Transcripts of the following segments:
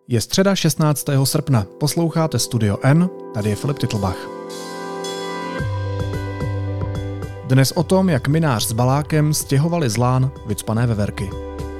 Je středa 16. srpna. Posloucháte Studio N, tady je Filip Titlbach. Dnes o tom, jak minář s Balákem stěhovali z lán vycpané veverky.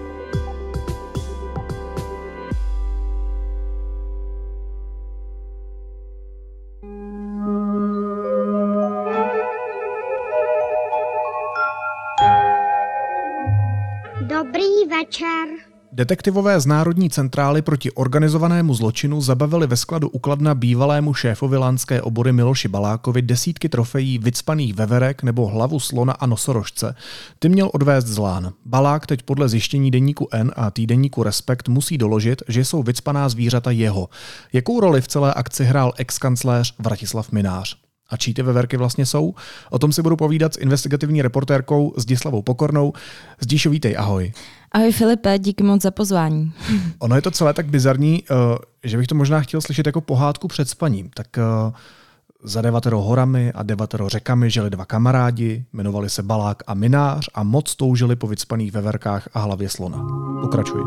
Dobrý večer. Detektivové z Národní centrály proti organizovanému zločinu zabavili ve skladu u Kladna bývalému šéfovi lánské obory Miloši Balákovi desítky trofejí vycpaných veverek nebo hlavu slona a nosorožce. Ty měl odvést z lán. Balák teď podle zjištění deníku N a týdeníku Respekt musí doložit, že jsou vycpaná zvířata jeho. Jakou roli v celé akci hrál ex-kancléř Vratislav Mynář? A čí ty veverky vlastně jsou? O tom si budu povídat s investigativní reportérkou Zdislavou Pokornou. Zdíšo, vítej, ahoj. Ahoj Filipe, díky moc za pozvání. Ono je to celé tak bizarní, že bych to možná chtěl slyšet jako pohádku před spaním. Tak za 9 horami a 9 řekami žili dva kamarádi, jmenovali se Balák a Mynář a moc toužili po vycpaných veverkách a hlavě slona. Pokračuj.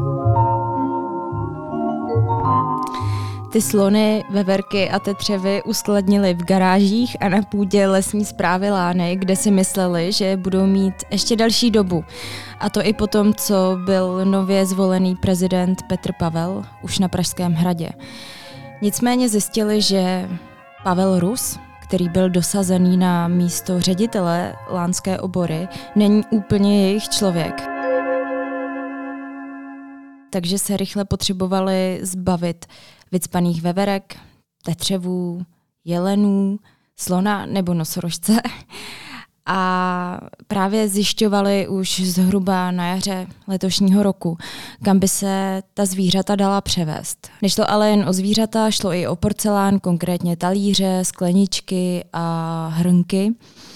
Ty slony, veverky a tetřevy uskladnili v garážích a na půdě lesní správy Lány, kde si mysleli, že budou mít ještě další dobu. A to i potom, co byl nově zvolený prezident Petr Pavel už na Pražském hradě. Nicméně zjistili, že Pavel Rus, který byl dosazený na místo ředitele lánské obory, není úplně jejich člověk. Takže se rychle potřebovali zbavit vycpaných veverek, tetřevů, jelenů, slona nebo nosorožce. A právě zjišťovali už zhruba na jaře letošního roku, kam by se ta zvířata dala převést. Nešlo ale jen o zvířata, šlo i o porcelán, konkrétně talíře, skleničky a hrnky.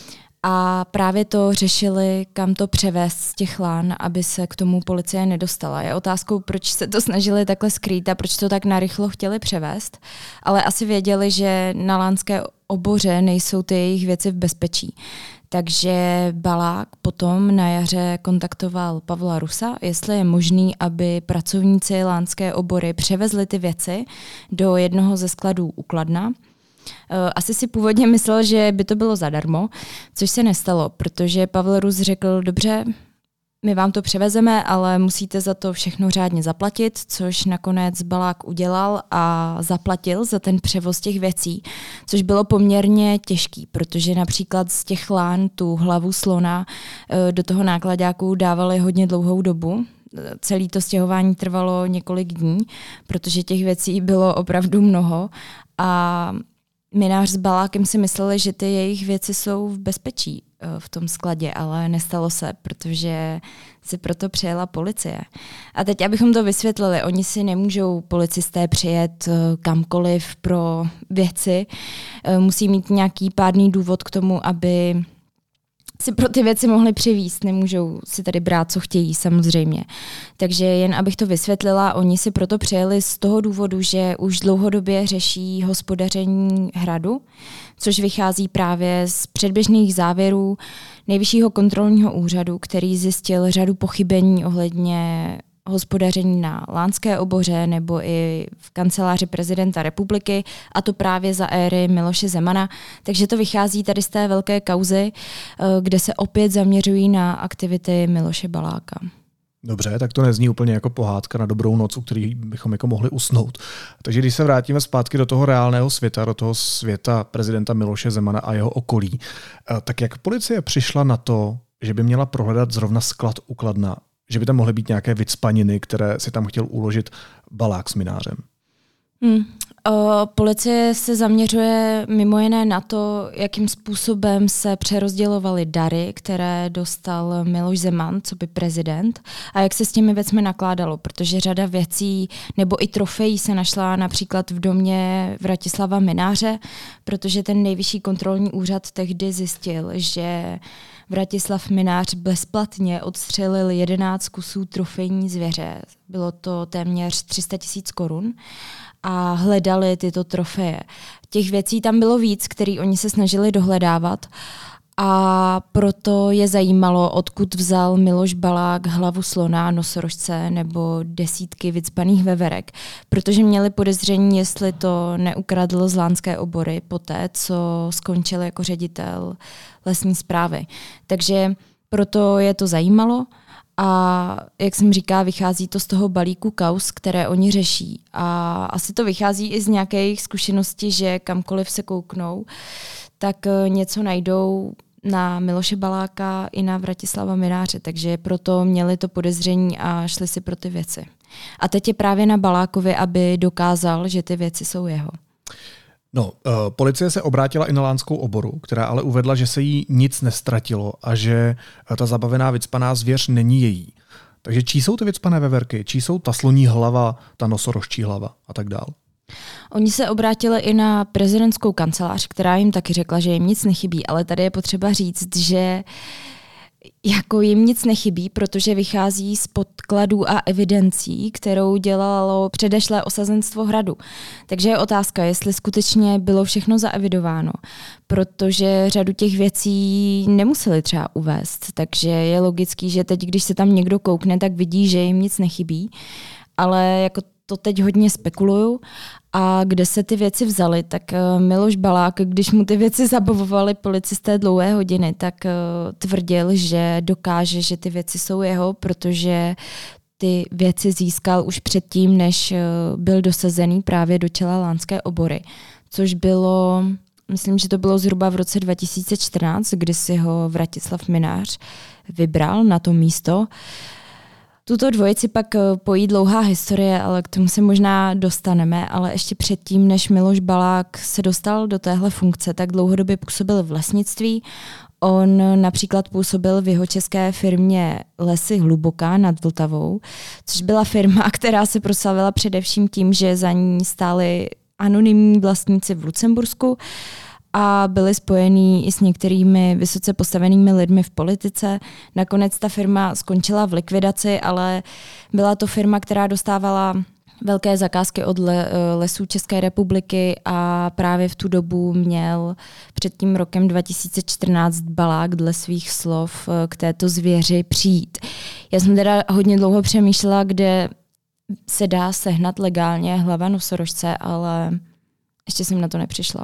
A právě to řešili, kam to převést z těch lán, aby se k tomu policie nedostala. Je otázkou, proč se to snažili takhle skrýt a proč to tak narychlo chtěli převést. Ale asi věděli, že na lánské oboře nejsou ty jejich věci v bezpečí. Takže Balák potom na jaře kontaktoval Pavla Rusa, jestli je možný, aby pracovníci lánské obory převezli ty věci do jednoho ze skladů u Kladna. Asi si původně myslel, že by to bylo zadarmo, což se nestalo, protože Pavel Rus řekl, dobře, my vám to převezeme, ale musíte za to všechno řádně zaplatit, což nakonec Balák udělal a zaplatil za ten převoz těch věcí, což bylo poměrně těžký, protože například z těch lán tu hlavu slona do toho nákladáku dávali hodně dlouhou dobu. Celé to stěhování trvalo několik dní, protože těch věcí bylo opravdu mnoho a Mynář s Balákem si mysleli, že ty jejich věci jsou v bezpečí v tom skladě, ale nestalo se, protože si proto přijela policie. A teď, abychom to vysvětlili, oni si nemůžou policisté přijet kamkoliv pro věci, musí mít nějaký pádný důvod k tomu, aby si pro ty věci mohli přivízt, nemůžou si tady brát, co chtějí samozřejmě. Takže jen abych to vysvětlila, oni si proto přijeli z toho důvodu, že už dlouhodobě řeší hospodaření hradu, což vychází právě z předběžných závěrů Nejvyššího kontrolního úřadu, který zjistil řadu pochybení ohledně hospodaření na lánské oboře nebo i v kanceláři prezidenta republiky, a to právě za éry Miloše Zemana. Takže to vychází tady z té velké kauzy, kde se opět zaměřují na aktivity Miloše Baláka. Dobře, tak to nezní úplně jako pohádka na dobrou noc, u který bychom jako mohli usnout. Takže když se vrátíme zpátky do toho reálného světa, do toho světa prezidenta Miloše Zemana a jeho okolí, tak jak policie přišla na to, že by měla prohledat zrovna sklad u Kladna, že by tam mohly být nějaké vycpaniny, které si tam chtěl uložit Balák s Mynářem? Policie se zaměřuje mimo jiné na to, jakým způsobem se přerozdělovaly dary, které dostal Miloš Zeman, coby prezident, a jak se s těmi věcmi nakládalo, protože řada věcí nebo i trofejí se našla například v domě Vratislava Mynáře, protože ten Nejvyšší kontrolní úřad tehdy zjistil, že Vratislav Mynář bezplatně odstřelil 11 kusů trofejní zvěře. Bylo to téměř 300 000 korun a hledali tyto trofeje. Těch věcí tam bylo víc, které oni se snažili dohledávat, A proto je zajímalo, odkud vzal Miloš Balák hlavu slona, nosorožce nebo desítky vycpaných veverek, protože měli podezření, jestli to neukradl z Lánské Obory poté, co skončil jako ředitel lesní správy. Takže proto je to zajímalo a jak jsem říká, vychází to z toho balíku kauz, které oni řeší. A asi to vychází i z nějakých zkušeností, že kamkoliv se kouknou, tak něco najdou na Miloše Baláka i na Vratislava Mynáře, takže proto měli to podezření a šli si pro ty věci. A teď je právě na Balákovi, aby dokázal, že ty věci jsou jeho. No, policie se obrátila i na Lánskou Oboru, která ale uvedla, že se jí nic nestratilo a že ta zabavená vycpaná zvěř není její. Takže čí jsou ty vycpané veverky? Čí jsou ta sloní hlava, ta nosorožčí hlava a tak dál? Oni se obrátili i na prezidentskou kancelář, která jim taky řekla, že jim nic nechybí, ale tady je potřeba říct, že jako jim nic nechybí, protože vychází z podkladů a evidencí, kterou dělalo předešlé osazenstvo hradu. Takže je otázka, jestli skutečně bylo všechno zaevidováno, protože řadu těch věcí nemuseli třeba uvést, takže je logický, že teď, když se tam někdo koukne, tak vidí, že jim nic nechybí, ale jako to teď hodně spekuluju. A kde se ty věci vzaly, tak Miloš Balák, když mu ty věci zabavovali policisté dlouhé hodiny, tak tvrdil, že dokáže, že ty věci jsou jeho, protože ty věci získal už předtím, než byl dosazený právě do čela Lánské Obory. Což bylo, myslím, že to bylo zhruba v roce 2014, kdy si ho Vratislav Mynář vybral na to místo. Tuto dvojici pak pojí dlouhá historie, ale k tomu se možná dostaneme, ale ještě předtím, než Miloš Balák se dostal do téhle funkce, tak dlouhodobě působil v lesnictví. On například působil v jihočeské firmě Lesy Hluboká nad Vltavou, což byla firma, která se proslavila především tím, že za ní stáli anonymní vlastníci v Lucembursku a byli spojení i s některými vysoce postavenými lidmi v politice. Nakonec ta firma skončila v likvidaci, ale byla to firma, která dostávala velké zakázky od Lesů České republiky a právě v tu dobu měl před tím rokem 2014 Balák dle svých slov k této zvěři přijít. Já jsem teda hodně dlouho přemýšlela, kde se dá sehnat legálně hlava nosorožce, ale ještě jsem na to nepřišla.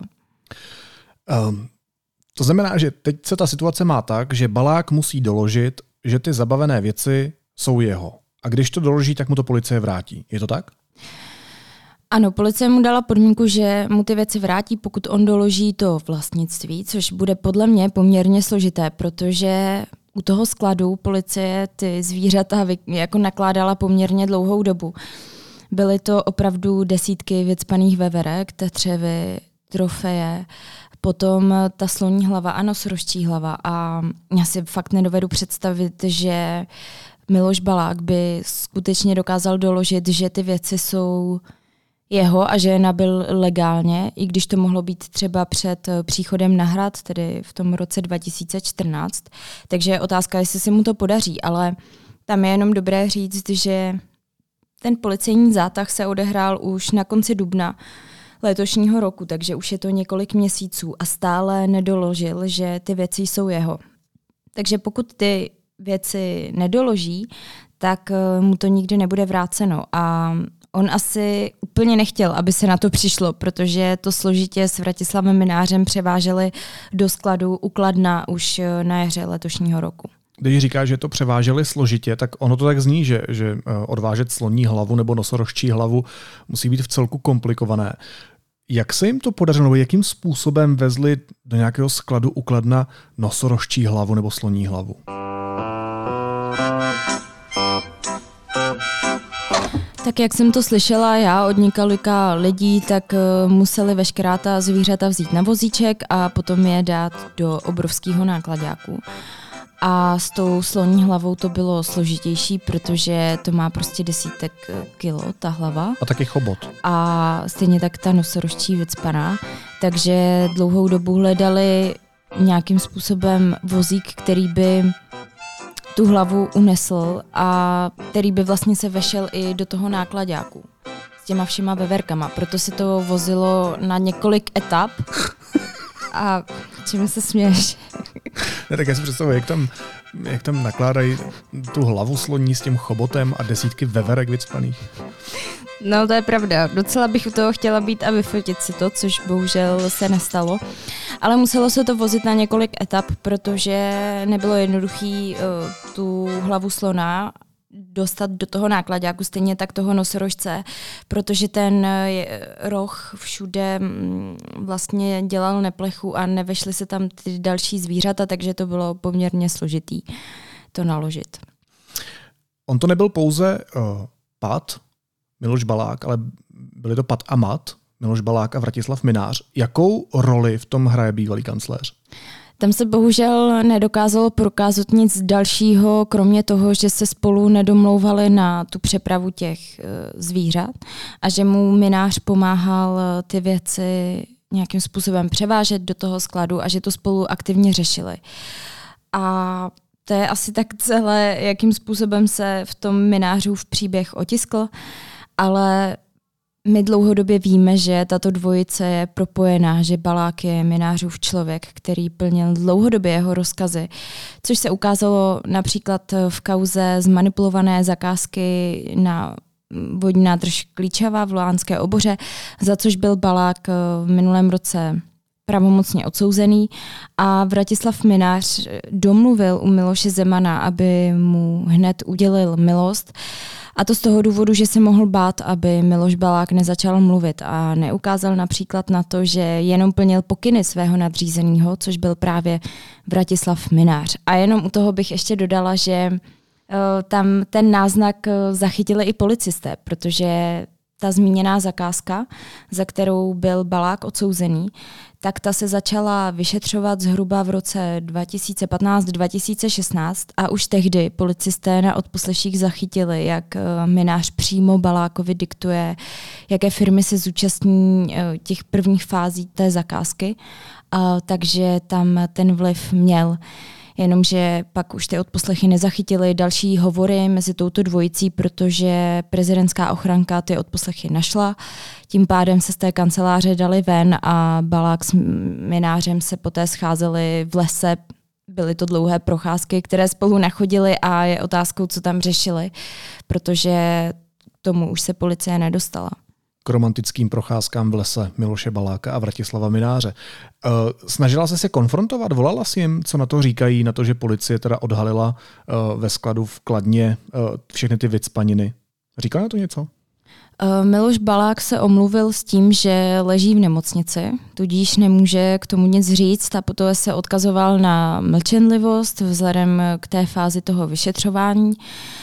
To znamená, že teď se ta situace má tak, že Balák musí doložit, že ty zabavené věci jsou jeho. A když to doloží, tak mu to policie vrátí. Je to tak? Ano, policie mu dala podmínku, že mu ty věci vrátí, pokud on doloží to vlastnictví, což bude podle mě poměrně složité, protože u toho skladu policie ty zvířata jako nakládala poměrně dlouhou dobu. Byly to opravdu desítky vycpaných veverek, tetřevy, trofeje, potom ta sloní hlava a nosorožčí hlava. A já si fakt nedovedu představit, že Miloš Balák by skutečně dokázal doložit, že ty věci jsou jeho a že je nabyl legálně, i když to mohlo být třeba před příchodem na hrad, tedy v tom roce 2014. Takže je otázka, jestli se mu to podaří, ale tam je jenom dobré říct, že ten policejní zátah se odehrál už na konci dubna letošního roku, takže už je to několik měsíců a stále nedoložil, že ty věci jsou jeho. Takže pokud ty věci nedoloží, tak mu to nikdy nebude vráceno. A on asi úplně nechtěl, aby se na to přišlo, protože to složitě s Vratislavem Mynářem převáželi do skladu u Kladna už na jaře letošního roku. Když říká, že to převáželi složitě, tak ono to tak zní, že odvážet sloní hlavu nebo nosorožčí hlavu musí být v celku komplikované. Jak se jim to podařilo, nebo jakým způsobem vezli do nějakého skladu u Kladna nosorožčí hlavu nebo sloní hlavu? Tak jak jsem to slyšela já od několika lidí, tak museli veškerá ta zvířata vzít na vozíček a potom je dát do obrovského nákladáku. A s tou sloní hlavou to bylo složitější, protože to má prostě desítek kilo, ta hlava. A taky chobot. A stejně tak ta nosorožčí vycpaná. Takže dlouhou dobu hledali nějakým způsobem vozík, který by tu hlavu unesl a který by vlastně se vešel i do toho nákladáku s těma všema veverkama. Proto se to vozilo na několik etap. A čemu se směješ? Ne, tak já si představuji, jak tam nakládají tu hlavu sloní s tím chobotem a desítky veverek vycpaných. No, to je pravda. Docela bych u toho chtěla být a vyfotit si to, což bohužel se nestalo. Ale muselo se to vozit na několik etap, protože nebylo jednoduchý tu hlavu slona dostat do toho nákladáku, stejně tak toho nosorožce, protože ten roh všude vlastně dělal neplechu a nevešly se tam ty další zvířata, takže to bylo poměrně složitý to naložit. On to nebyl pouze Pat, Miloš Balák, ale byly to Pat a Mat, Miloš Balák a Vratislav Mynář. Jakou roli v tom hraje bývalý kancléř? Tam se bohužel nedokázalo prokázat nic dalšího, kromě toho, že se spolu nedomlouvali na tu přepravu těch zvířat a že mu Mynář pomáhal ty věci nějakým způsobem převážet do toho skladu a že to spolu aktivně řešili. A to je asi tak celé, jakým způsobem se v tom Mynářův příběh otiskl, ale my dlouhodobě víme, že tato dvojice je propojená, že Balák je Mynářův člověk, který plnil dlouhodobě jeho rozkazy, což se ukázalo například v kauze zmanipulované zakázky na vodní nádrž Klíčava v Lánské Oboře, za což byl Balák v minulém roce pravomocně odsouzený a Vratislav Mynář domluvil u Miloše Zemana, aby mu hned udělil milost. A to z toho důvodu, že se mohl bát, aby Miloš Balák nezačal mluvit a neukázal například na to, že jenom plnil pokyny svého nadřízeného, což byl právě Vratislav Mynář. A jenom u toho bych ještě dodala, že tam ten náznak zachytili i policisté, protože ta zmíněná zakázka, za kterou byl Balák odsouzený, tak ta se začala vyšetřovat zhruba v roce 2015-2016 a už tehdy policisté na odposleších zachytili, jak Mynář přímo Balákovi diktuje, jaké firmy se zúčastní těch prvních fází té zakázky, takže tam ten vliv měl. Jenomže pak už ty odposlechy nezachytily další hovory mezi touto dvojicí, protože prezidentská ochranka ty odposlechy našla. Tím pádem se z té kanceláře dali ven a Balák s Mynářem se poté scházeli v lese. Byly to dlouhé procházky, které spolu nachodili a je otázkou, co tam řešili, protože k tomu už se policie nedostala. K romantickým procházkám v lese Miloše Baláka a Vratislava Mynáře. Snažila se konfrontovat, volala si jim, co na to říkají, na to, že policie teda odhalila ve skladu v Kladně všechny ty vycpaniny. Říkala na to něco? Miloš Balák se omluvil s tím, že leží v nemocnici, tudíž nemůže k tomu nic říct a potom se odkazoval na mlčenlivost vzhledem k té fázi toho vyšetřování.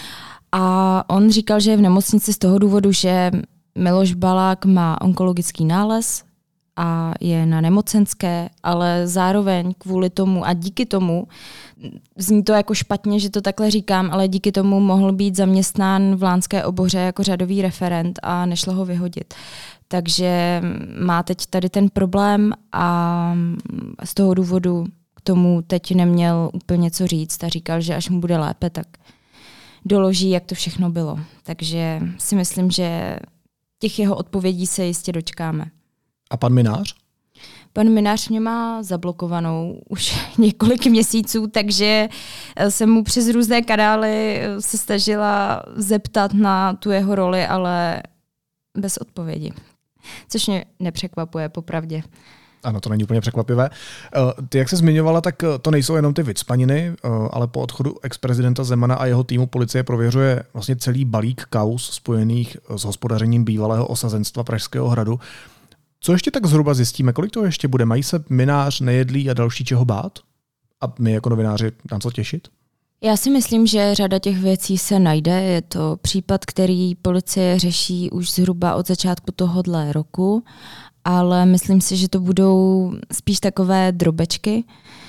A on říkal, že je v nemocnici z toho důvodu, že Miloš Balák má onkologický nález a je na nemocenské, ale zároveň kvůli tomu a díky tomu, zní to jako špatně, že to takhle říkám, ale díky tomu mohl být zaměstnán v Lánské Oboře jako řadový referent a nešlo ho vyhodit. Takže má teď tady ten problém a z toho důvodu k tomu teď neměl úplně co říct a říkal, že až mu bude lépe, tak doloží, jak to všechno bylo. Takže si myslím, že těch jeho odpovědí se jistě dočkáme. A pan Mynář? Pan Mynář mě má zablokovanou už několik měsíců, takže jsem mu přes různé kanály se snažila zeptat na tu jeho roli, ale bez odpovědi. Což mě nepřekvapuje, popravdě. Ano, to není úplně překvapivé. Ty, jak jsi zmiňovala, tak to nejsou jenom ty vycpaniny, ale po odchodu ex-prezidenta Zemana a jeho týmu policie prověřuje vlastně celý balík kauz spojených s hospodařením bývalého osazenstva Pražského hradu. Co ještě tak zhruba zjistíme? Kolik toho ještě bude? Mají se Mynář, Nejedlý a další čeho bát? A my jako novináři na co těšit? Já si myslím, že řada těch věcí se najde. Je to případ, který policie řeší už zhruba od začátku tohohle roku, ale myslím si, že to budou spíš takové drobečky,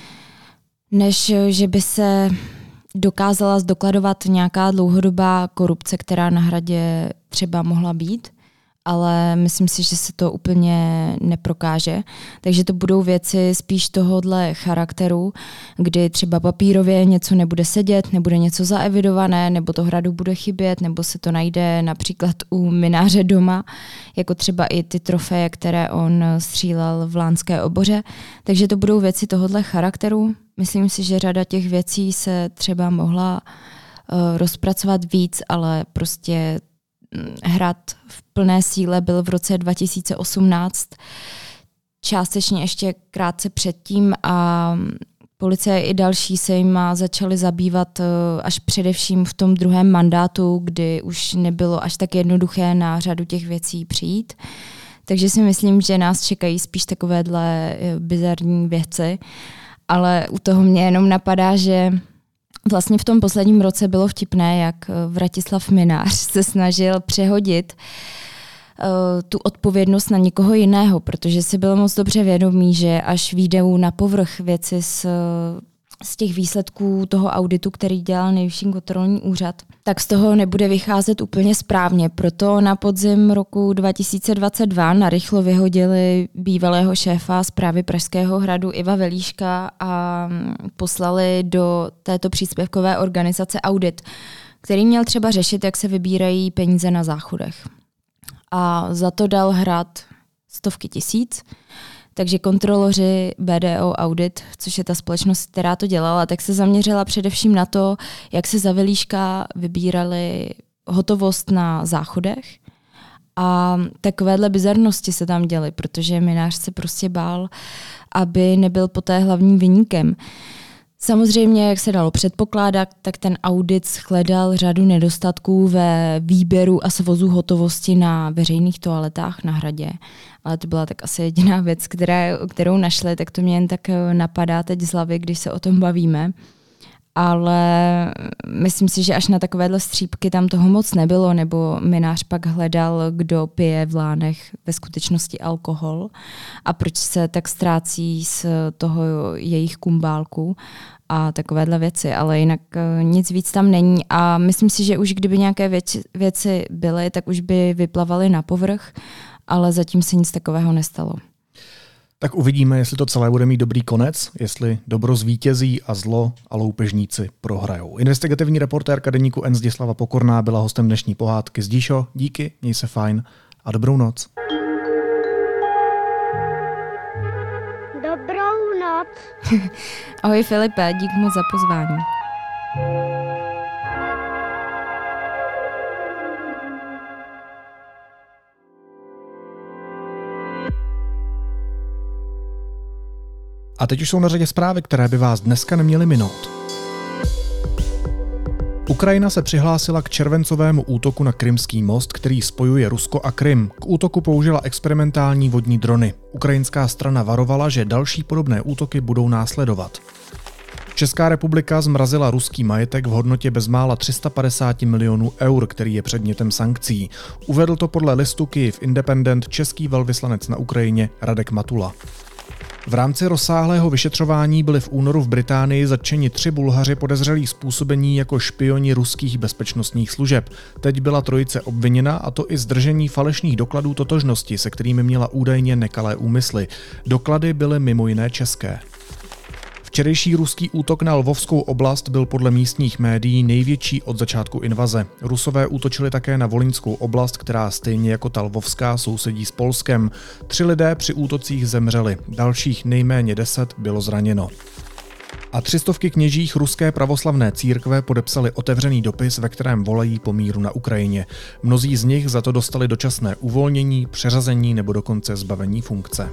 než že by se dokázala zdokladovat nějaká dlouhodobá korupce, která na hradě třeba mohla být, ale myslím si, že se to úplně neprokáže. Takže to budou věci spíš tohohle charakteru, kdy třeba papírově něco nebude sedět, nebude něco zaevidované, nebo to hradu bude chybět, nebo se to najde například u Mynáře doma, jako třeba i ty trofeje, které on střílel v Lánské Oboře. Takže to budou věci tohohle charakteru. Myslím si, že řada těch věcí se třeba mohla rozpracovat víc, ale prostě hrad v plné síle byl v roce 2018, částečně ještě krátce předtím a policie i další se jima začaly zabývat až především v tom druhém mandátu, kdy už nebylo až tak jednoduché na řadu těch věcí přijít. Takže si myslím, že nás čekají spíš takovéhle bizarní věci, ale u toho mě jenom napadá, že vlastně v tom posledním roce bylo vtipné, jak Vratislav Mynář se snažil přehodit tu odpovědnost na někoho jiného, protože si byl moc dobře vědomý, že až vyjdou na povrch věci z těch výsledků toho auditu, který dělal Nejvyšší kontrolní úřad, tak z toho nebude vycházet úplně správně. Proto na podzim roku 2022 narychlo vyhodili bývalého šéfa správy Pražského hradu Iva Velíška a poslali do této příspěvkové organizace audit, který měl třeba řešit, jak se vybírají peníze na záchodech. A za to dal hrad stovky tisíc. Takže kontroloři BDO Audit, což je ta společnost, která to dělala, tak se zaměřila především na to, jak se za Velíška vybírali hotovost na záchodech. A takovéhle bizarnosti se tam děly, protože Mynář se prostě bál, aby nebyl poté hlavním viníkem. Samozřejmě, jak se dalo předpokládat, tak ten audit shledal řadu nedostatků ve výběru a svozu hotovosti na veřejných toaletách na hradě. Ale to byla tak asi jediná věc, kterou našli, tak to mě jen tak napadá teď z hlavy, když se o tom bavíme. Ale myslím si, že až na takovéhle střípky tam toho moc nebylo, nebo Mynář pak hledal, kdo pije v lánech ve skutečnosti alkohol a proč se tak ztrácí z toho jejich kumbálku a takovéhle věci, ale jinak nic víc tam není a myslím si, že už kdyby nějaké věci byly, tak už by vyplavaly na povrch, ale zatím se nic takového nestalo. Tak uvidíme, jestli to celé bude mít dobrý konec, jestli dobro zvítězí a zlo a loupežníci prohrajou. Investigativní reportérka deníku N Zdislava Pokorná byla hostem dnešní pohádky. Zdíšo, díky, měj se fajn a dobrou noc. Dobrou noc. Ahoj Filipe, dík moc za pozvání. A teď už jsou na řadě zprávy, které by vás dneska neměly minout. Ukrajina se přihlásila k červencovému útoku na Krymský most, který spojuje Rusko a Krym. K útoku použila experimentální vodní drony. Ukrajinská strana varovala, že další podobné útoky budou následovat. Česká republika zmrazila ruský majetek v hodnotě bezmála 350 milionů eur, který je předmětem sankcí. Uvedl to podle listu Kyjev Independent český velvyslanec na Ukrajině Radek Matula. V rámci rozsáhlého vyšetřování byli v únoru v Británii zatčeni 3 Bulhaři podezřelí z působení jako špioni ruských bezpečnostních služeb. Teď byla trojice obviněna, a to i z držení falešných dokladů totožnosti, se kterými měla údajně nekalé úmysly. Doklady byly mimo jiné české. Včerejší ruský útok na Lvovskou oblast byl podle místních médií největší od začátku invaze. Rusové útočili také na Volyňskou oblast, která stejně jako ta Lvovská sousedí s Polskem. 3 lidé při útocích zemřeli, dalších nejméně 10 bylo zraněno. A 300 kněžích ruské pravoslavné církve podepsali otevřený dopis, ve kterém volají po míru na Ukrajině. Mnozí z nich za to dostali dočasné uvolnění, přeřazení nebo dokonce zbavení funkce.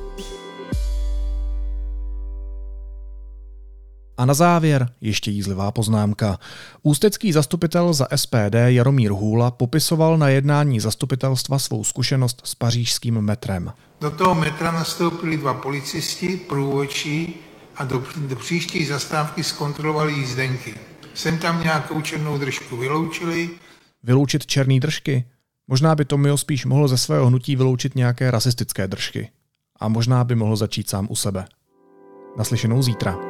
A na závěr ještě jízlivá poznámka. Ústecký zastupitel za SPD Jaromír Hůla popisoval na jednání zastupitelstva svou zkušenost s pařížským metrem. Do toho metra nastoupili 2 policisti, průvodčí a do příští zastávky zkontrolovali jízdenky. Sem tam nějakou černou držku vyloučili. Vyloučit černý držky? Možná by Tomio spíš mohl ze svého hnutí vyloučit nějaké rasistické držky. A možná by mohl začít sám u sebe. Naslyšenou zítra.